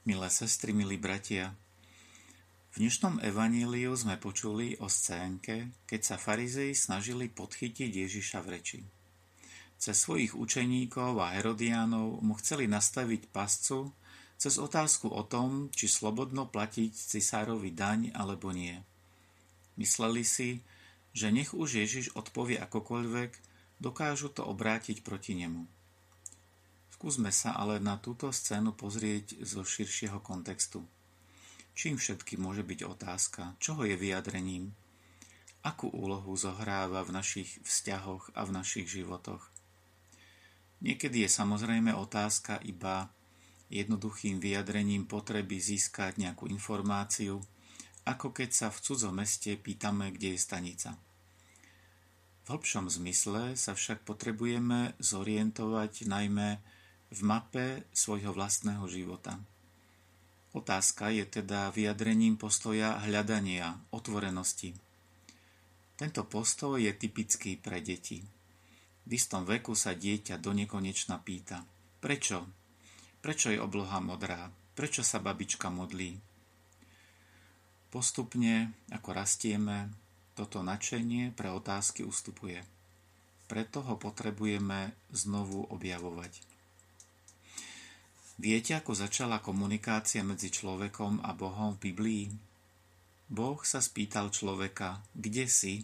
Milé sestry, milí bratia, v dnešnom evaníliu sme počuli o scénke, keď sa farizei snažili podchytiť Ježiša v reči. Cez svojich učeníkov a Herodiánov mu chceli nastaviť pascu cez otázku o tom, či slobodno platiť cisárovi daň alebo nie. Mysleli si, že nech už Ježiš odpovie akokoľvek, dokážu to obrátiť proti nemu. Skúsme sa ale na túto scénu pozrieť zo širšieho kontextu. Čím všetkým môže byť otázka? Čoho je vyjadrením? Akú úlohu zohráva v našich vzťahoch a v našich životoch? Niekedy je samozrejme otázka iba jednoduchým vyjadrením potreby získať nejakú informáciu, ako keď sa v cudzom meste pýtame, kde je stanica. V hlbšom zmysle sa však potrebujeme zorientovať najmä v mape svojho vlastného života. Otázka je teda vyjadrením postoja hľadania, otvorenosti. Tento postoj je typický pre deti. V istom veku sa dieťa donekonečna pýta: prečo? Prečo je obloha modrá? Prečo sa babička modlí? Postupne, ako rastieme, toto nadšenie pre otázky ustupuje. Preto ho potrebujeme znovu objavovať. Viete, ako začala komunikácia medzi človekom a Bohom v Biblii? Boh sa spýtal človeka: kde si?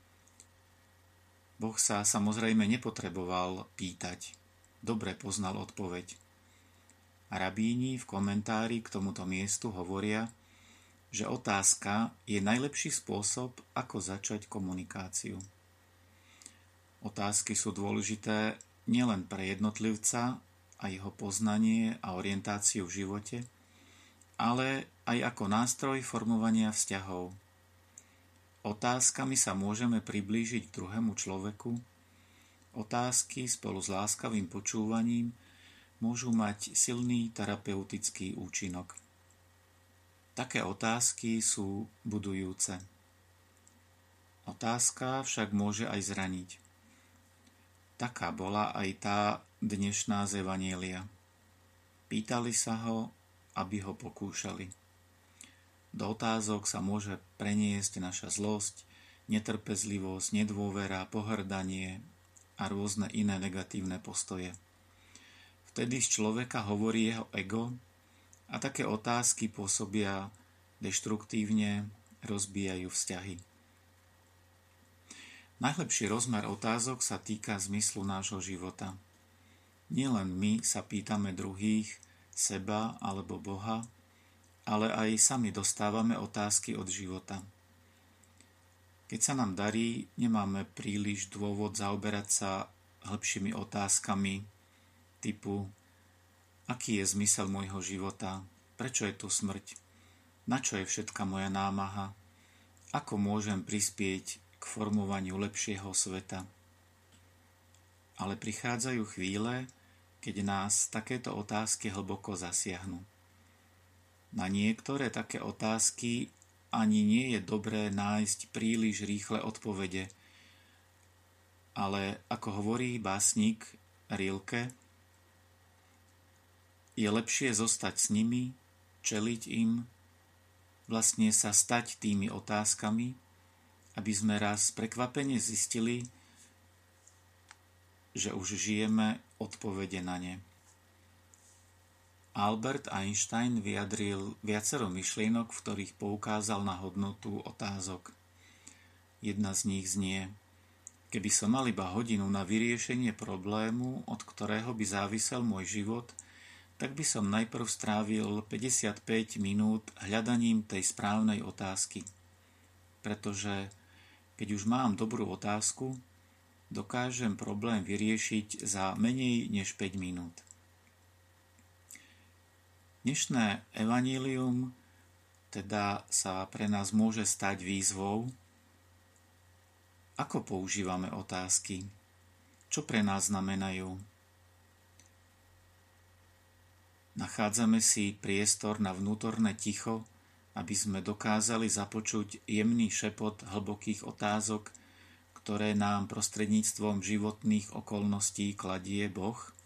Boh sa samozrejme nepotreboval pýtať. Dobre poznal odpoveď. A rabíni v komentári k tomuto miestu hovoria, že otázka je najlepší spôsob, ako začať komunikáciu. Otázky sú dôležité nielen pre jednotlivca a jeho poznanie a orientáciu v živote, ale aj ako nástroj formovania vzťahov. Otázkami sa môžeme priblížiť k druhému človeku. Otázky spolu s láskavým počúvaním môžu mať silný terapeutický účinok. Také otázky sú budujúce. Otázka však môže aj zraniť. Taká bola aj tá dnešná z evanielia. Pýtali sa ho, aby ho pokúšali. Do otázok sa môže preniesť naša zlosť, netrpezlivosť, nedôvera, pohŕdanie a rôzne iné negatívne postoje. Vtedy z človeka hovorí jeho ego a také otázky pôsobia deštruktívne, rozbijajú vzťahy. Najlepší rozmer otázok sa týka zmyslu nášho života. Nielen my sa pýtame druhých, seba alebo Boha, ale aj sami dostávame otázky od života. Keď sa nám darí, nemáme príliš dôvod zaoberať sa hĺbšími otázkami typu: aký je zmysel môjho života, prečo je tu smrť, na čo je všetka moja námaha, ako môžem prispieť k formovaniu lepšieho sveta. Ale prichádzajú chvíle, keď nás takéto otázky hlboko zasiahnu. Na niektoré také otázky ani nie je dobré nájsť príliš rýchle odpovede, ale ako hovorí básnik Rilke, je lepšie zostať s nimi, čeliť im, vlastne sa stať tými otázkami, aby sme raz prekvapene zistili, že už žijeme odpovede na ne. Albert Einstein vyjadril viacero myšlienok, v ktorých poukázal na hodnotu otázok. Jedna z nich znie: keby som mal iba hodinu na vyriešenie problému, od ktorého by závisel môj život, tak by som najprv strávil 55 minút hľadaním tej správnej otázky. Pretože keď už mám dobrú otázku, dokážem problém vyriešiť za menej než 5 minút. Dnešné evanílium teda sa pre nás môže stať výzvou, ako používame otázky, čo pre nás znamenajú. Nachádzame si priestor na vnútorné ticho, aby sme dokázali započuť jemný šepot hlbokých otázok, ktoré nám prostredníctvom životných okolností kladie Boh.